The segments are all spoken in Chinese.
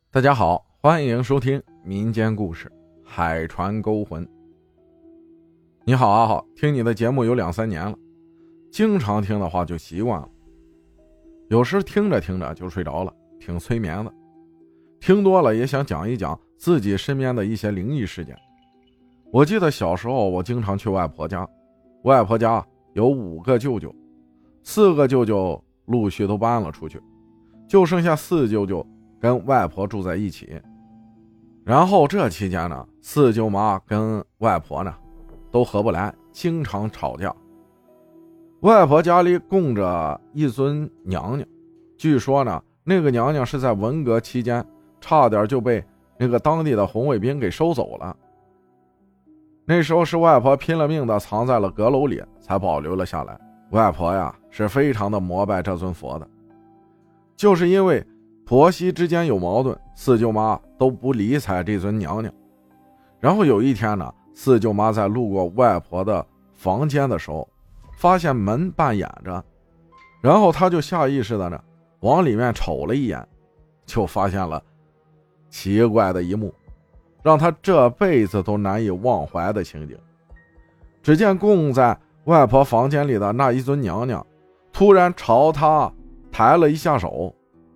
大家好，欢迎收听民间故事海船勾魂。你好阿好，听你的节目有2-3年了，经常听的话就习惯了，有时听着听着就睡着了，挺催眠的。听多了也想讲一讲自己身边的一些灵异事件。我记得小时候我经常去外婆家，外婆家有5个舅舅，4个舅舅陆续都搬了出去，就剩下4舅舅跟外婆住在一起。然后这期间呢，4舅妈跟外婆呢都合不来，经常吵架。外婆家里供着一尊娘娘，据说呢那个娘娘是在文革期间差点就被那个当地的红卫兵给收走了，那时候是外婆拼了命的藏在了阁楼里才保留了下来。外婆呀是非常的膜拜这尊佛的，就是因为婆媳之间有矛盾，4舅妈都不理睬这尊娘娘。然后有一天呢，4舅妈在路过外婆的房间的时候，发现门半掩着，然后她就下意识的呢往里面瞅了一眼，就发现了奇怪的一幕，让她这辈子都难以忘怀的情景。只见供在外婆房间里的那一尊娘娘突然朝她抬了一下手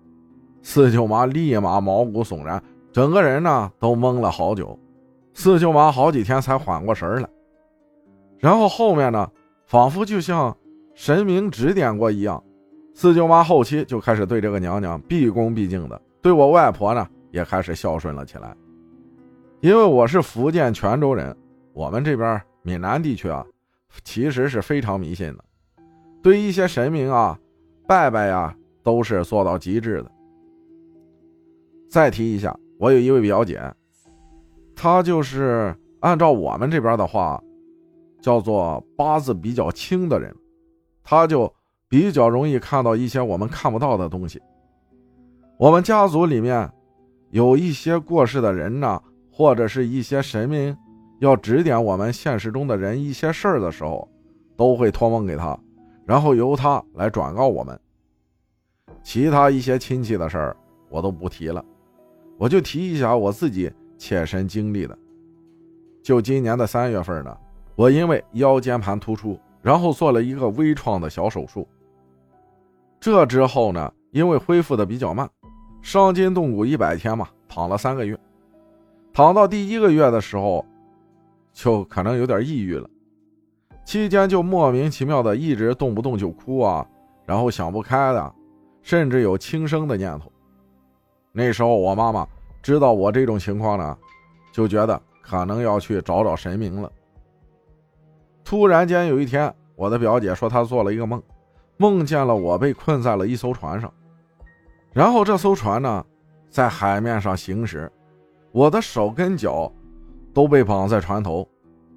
，4舅妈立马毛骨悚然，整个人呢都懵了好久。4舅妈好几天才缓过神来，然后后面呢仿佛就像神明指点过一样，4舅妈后期就开始对这个娘娘毕恭毕敬的，对我外婆呢也开始孝顺了起来。因为我是福建泉州人，我们这边闽南地区啊其实是非常迷信的，对一些神明啊拜拜呀都是做到极致的。再提一下，我有一位表姐，她就是按照我们这边的话叫做八字比较轻的人，她就比较容易看到一些我们看不到的东西。我们家族里面有一些过世的人呢，或者是一些神明要指点我们现实中的人一些事儿的时候，都会托梦给她，然后由她来转告我们。其他一些亲戚的事儿我都不提了，我就提一下我自己切身经历的。就今年的3月份呢，我因为腰间盘突出，然后做了一个微创的小手术。这之后呢，因为恢复的比较慢，伤筋动骨100天嘛，躺了3个月。躺到第1个月的时候就可能有点抑郁了，期间就莫名其妙的一直动不动就哭啊，然后想不开的，甚至有轻生的念头。那时候我妈妈知道我这种情况呢，就觉得可能要去找找神明了。突然间有一天，我的表姐说她做了一个梦，梦见了我被困在了一艘船上，然后这艘船呢在海面上行驶，我的手跟脚都被绑在船头，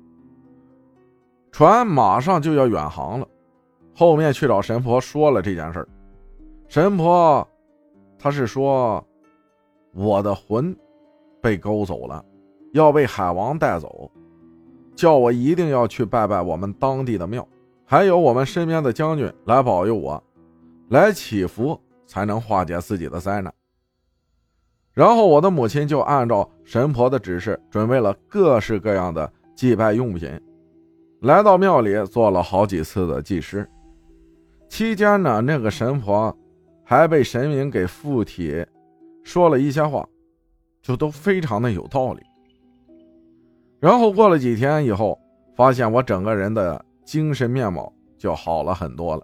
船马上就要远航了。后面去找神婆说了这件事，神婆她是说我的魂被勾走了，要被海王带走，叫我一定要去拜拜我们当地的庙，还有我们身边的将军来保佑我，来祈福才能化解自己的灾难。然后我的母亲就按照神婆的指示准备了各式各样的祭拜用品，来到庙里做了好几次的祭师。期间呢，那个神婆还被神明给附体说了一些话，就都非常的有道理。然后过了几天以后，发现我整个人的精神面貌就好了很多了，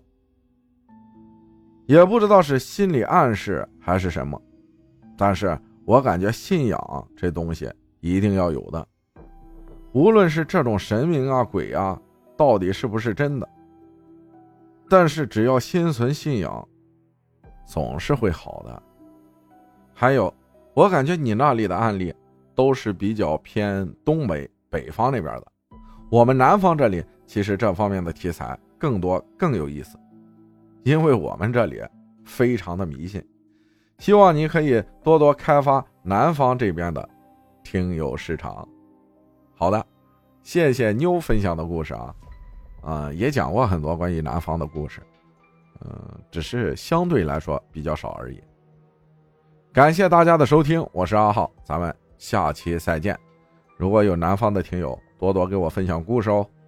也不知道是心理暗示还是什么，但是我感觉信仰这东西一定要有的，无论是这种神明啊鬼啊到底是不是真的，但是只要心存信仰总是会好的。还有我感觉你那里的案例都是比较偏东北北方那边的，我们南方这里其实这方面的题材更多更有意思，因为我们这里非常的迷信，希望你可以多多开发南方这边的听友市场。好的，谢谢妞分享的故事啊，也讲过很多关于南方的故事，只是相对来说比较少而已。 感谢大家的收听，我是阿浩，咱们下期再见。如果有南方的听友，多多给我分享故事哦。